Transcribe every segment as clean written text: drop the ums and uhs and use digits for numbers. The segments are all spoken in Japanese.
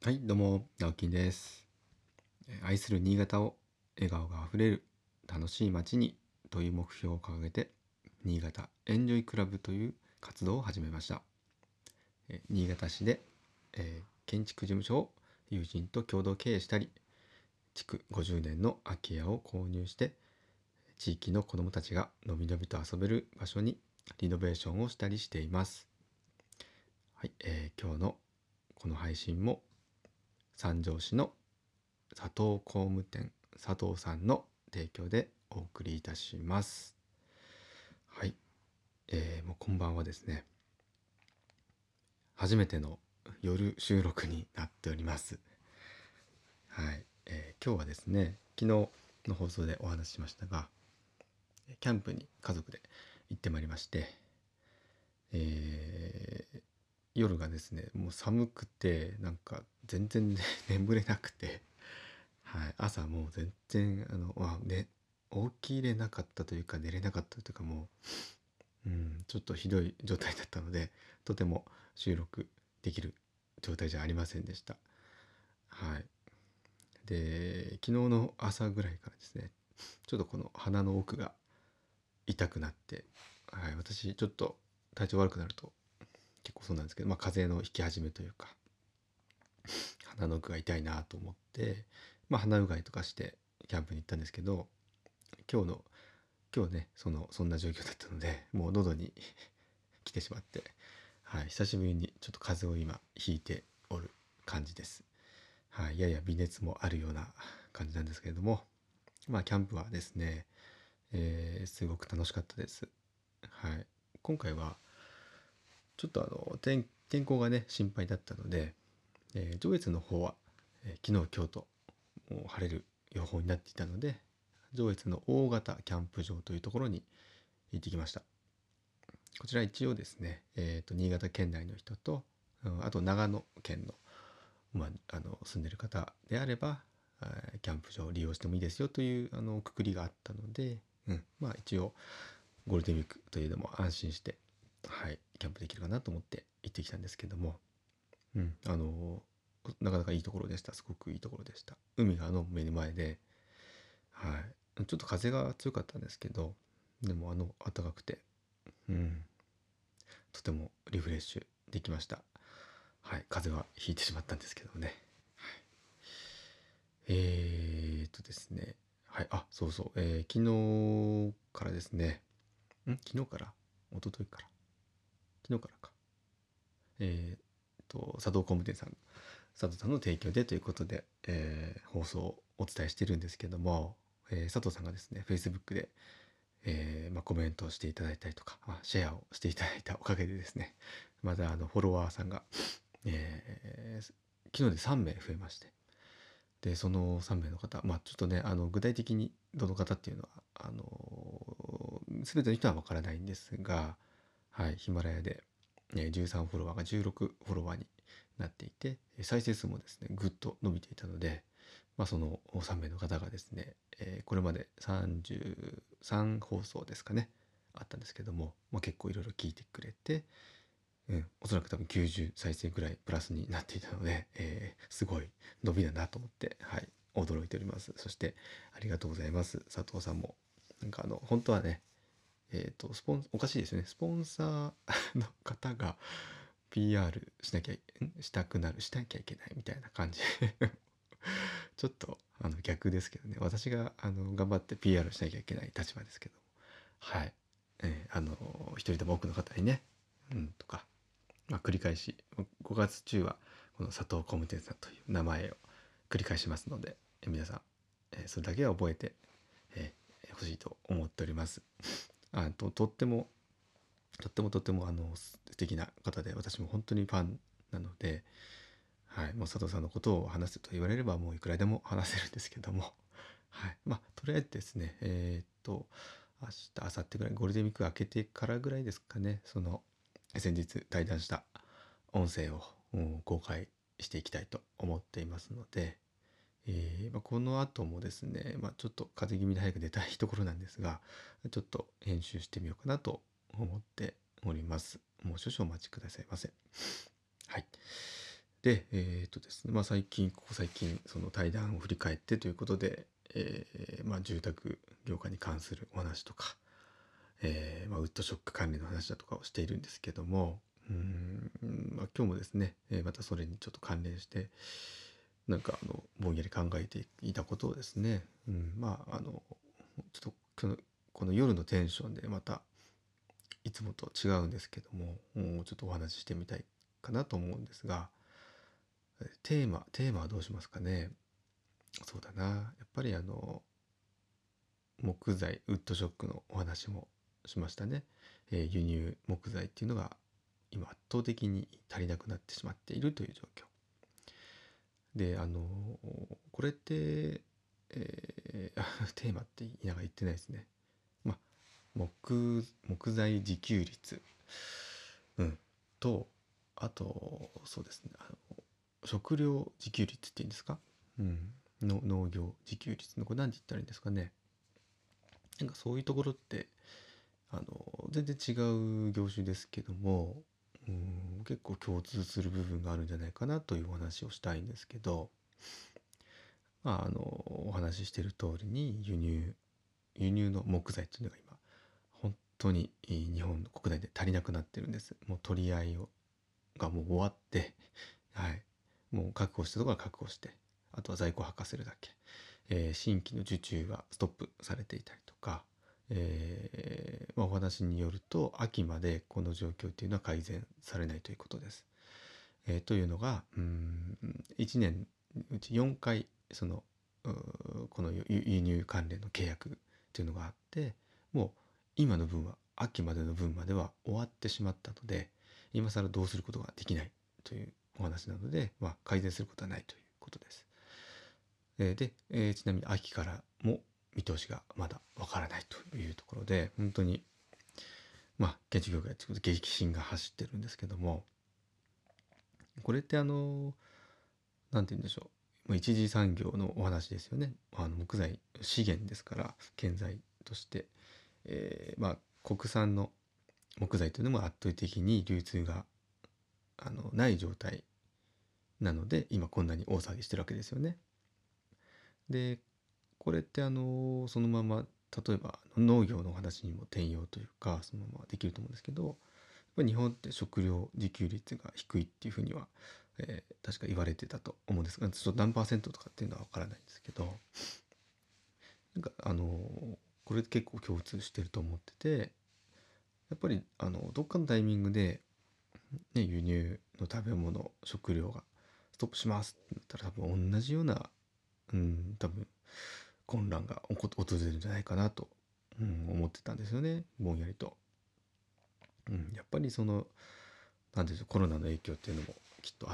はい、どうも、直樹です。愛する新潟を笑顔があふれる楽しい街にという目標を掲げて、新潟エンジョイクラブという活動を始めました。新潟市で、建築事務所を友人と共同経営したり、築50年の空き家を購入して、地域の子どもたちがのびのびと遊べる場所にリノベーションをしたりしています。はい、今日のこの配信も三条市の佐藤工務店佐藤さんの提供でお送りいたします。はい、もうこんばんはですね。初めての夜収録になっております。はい、今日はですね、昨日の放送でお話ししましたが、キャンプに家族で行ってまいりまして、夜がですね、もう寒くてなんか全然、ね、眠れなくて、はい、朝もう全然起きれなかったというか寝れなかったというかちょっとひどい状態だったので、とても収録できる状態じゃありませんでした。はい。で、昨日の朝ぐらいからですね、ちょっとこの鼻の奥が痛くなって、はい、私ちょっと体調悪くなると結構そうなんですけど、風邪のひき始めというか、鼻の奥が痛いなと思って、鼻うがいとかしてキャンプに行ったんですけど、今日の今日ね、そんな状況だったので、もう喉に来てしまって、はい、久しぶりにちょっと風邪を今ひいておる感じです。はい、やや微熱もあるような感じなんですけれども、キャンプはですね、すごく楽しかったです。はい、今回はちょっと天候がね心配だったので、上越の方は、昨日今日ともう晴れる予報になっていたので、上越の大型キャンプ場というところに行ってきました。こちら一応ですね、新潟県内の人と、あと長野県の、住んでる方であれば、キャンプ場を利用してもいいですよというくくりがあったので、一応ゴールデンウィークというのも安心して、はい、キャンプできるかなと思って行ってきたんですけども、なかなかいいところでした。すごくいいところでした。海が目の前で、はい、ちょっと風が強かったんですけど、でも暖かくて、うん、とてもリフレッシュできました。はい、風邪はひいてしまったんですけどね。ですね。はい、そうそう、昨日からですね、昨日から一昨日から昨日からか。佐藤工務店さん、佐藤さんの提供でということで、放送をお伝えしているんですけども、佐藤さんがですね、Facebook で、コメントをしていただいたりとか、シェアをしていただいたおかげでですね、またフォロワーさんが、昨日で3名増えまして、でその3名の方、ちょっとね具体的にどの方っていうのは全ての人は分からないんですが、はい、ヒマラヤで、13フォロワーが16フォロワーになっていて、再生数もですねぐっと伸びていたので、その3名の方がですね、これまで33放送ですかねあったんですけども、結構いろいろ聞いてくれて、おそらく多分90再生ぐらいプラスになっていたので、すごい伸びだなと思って、はい、驚いております。そしてありがとうございます。佐藤さんもなんか本当はね、おかしいですよね。スポンサーの方が PR しなきゃいけないみたいな感じちょっと逆ですけどね。私が頑張って PR しなきゃいけない立場ですけども、はい、一人でも多くの方にね、とか、繰り返し5月中はこの佐藤工務店さんという名前を繰り返しますので、皆さん、それだけは覚えてほしいと思っております。とってもとっても素敵な方で、私も本当にファンなので、はい、もう佐藤さんのことを話すと言われればもういくらでも話せるんですけども、はい、とりあえずですね、明日明後日ぐらい、ゴールデンウィーク明けてからぐらいですかね、その先日対談した音声を公開していきたいと思っていますので、この後もですね、ちょっと風邪気味で早く出たいところなんですが、ちょっと編集してみようかなと思っております。もう少々お待ちくださいませ。はい。 で、ですね、ここ最近、その対談を振り返ってということで、住宅業界に関するお話とか、ウッドショック関連の話だとかをしているんですけども、今日もですね、またそれにちょっと関連して、ぼんやり考えていたことをですね、ちょっとこの夜のテンションでまたいつもと違うんですけども、ちょっとお話ししてみたいかなと思うんですが、テーマはどうしますかね。そうだな。やっぱり木材、ウッドショックのお話もしましたね。輸入木材っていうのが今圧倒的に足りなくなってしまっているという状況。で、これって、テーマって言いながら言ってないですね。まあ、木材自給率、うん、と、あと、そうですね、食料自給率っていうんですか、の農業自給率のこれ何て言ったらいいんですかね。なんかそういうところって全然違う業種ですけども、結構共通する部分があるんじゃないかなというお話をしたいんですけど、お話ししている通りに輸入の木材っていうのが今本当に日本の国内で足りなくなってるんです。もう取り合いがもう終わって、はい、もう確保したところは確保して、あとは在庫を履かせるだけ、新規の受注がストップされていたりとか、お話によると秋までこの状況っていうのは改善されないということです。というのが1年うち4回この輸入関連の契約っていうのがあって、もう今の分は秋までの分までは終わってしまったので、今更どうすることができないというお話なので、改善することはないということです。で、ちなみに秋からも見通しがまだわからないというところで、本当に建築業界ちょっと激震が走ってるんですけども、これってなんて言うんでしょう、一次産業のお話ですよね。木材資源ですから、建材として、国産の木材というのも圧倒的に流通がない状態なので、今こんなに大騒ぎしてるわけですよね。で、これってそのまま例えば農業の話にも転用というか、そのままできると思うんですけど、やっぱり日本って食料自給率が低いっていうふうには、確か言われてたと思うんですが、ちょっと何パーセントとかっていうのは分からないんですけど、なんかこれ結構共通してると思ってて、やっぱりどっかのタイミングで、ね、輸入の食べ物食料がストップしますってなったら、多分同じような、多分混乱が訪れるんじゃないかなと、思ってたんですよね、ぼんやりと。やっぱりなんていうんでしょう、コロナの影響っていうのもきっとあって、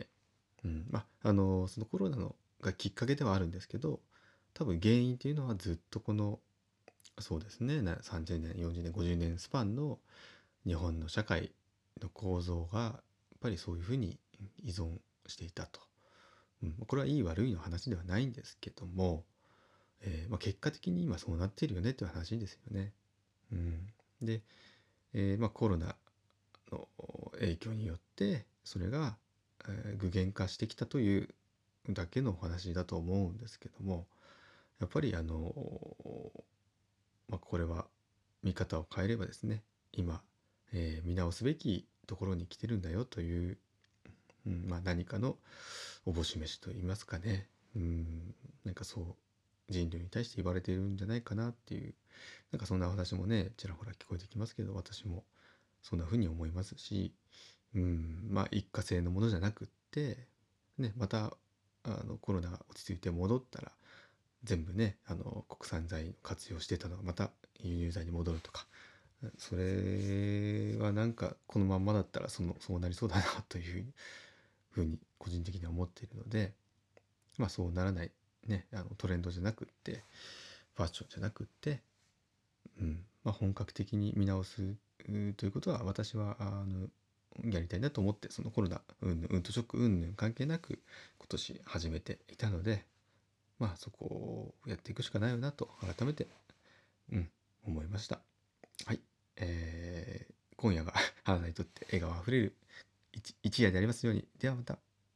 そのコロナのがきっかけではあるんですけど、多分原因っていうのはずっとそうですね、30年40年50年スパンの日本の社会の構造がやっぱりそういうふうに依存していたと。これはいい悪いの話ではないんですけども、結果的に今そうなっているよねという話ですよね。で、コロナの影響によってそれが、具現化してきたというだけのお話だと思うんですけども、やっぱりこれは見方を変えればですね、今、見直すべきところに来てるんだよという、何かのおぼし飯といいますかね、なんかそう人類に対して言われているんじゃないかなっていう、なんかそんな話もねちらほら聞こえてきますけど、私もそんな風に思いますし、一過性のものじゃなくって、ね、またコロナが落ち着いて戻ったら全部ね国産材を活用してたのがまた輸入材に戻るとか、それはなんかこのまんまだったらそうなりそうだなというふうに個人的には思っているので、そうならないね、トレンドじゃなくってファッションじゃなくって、本格的に見直すということは私はやりたいなと思って、そのコロナうんとショック関係なく今年始めていたので、そこをやっていくしかないよなと改めて、思いました。はい、今夜が花にとって笑顔あふれる一夜でありますように。ではまた。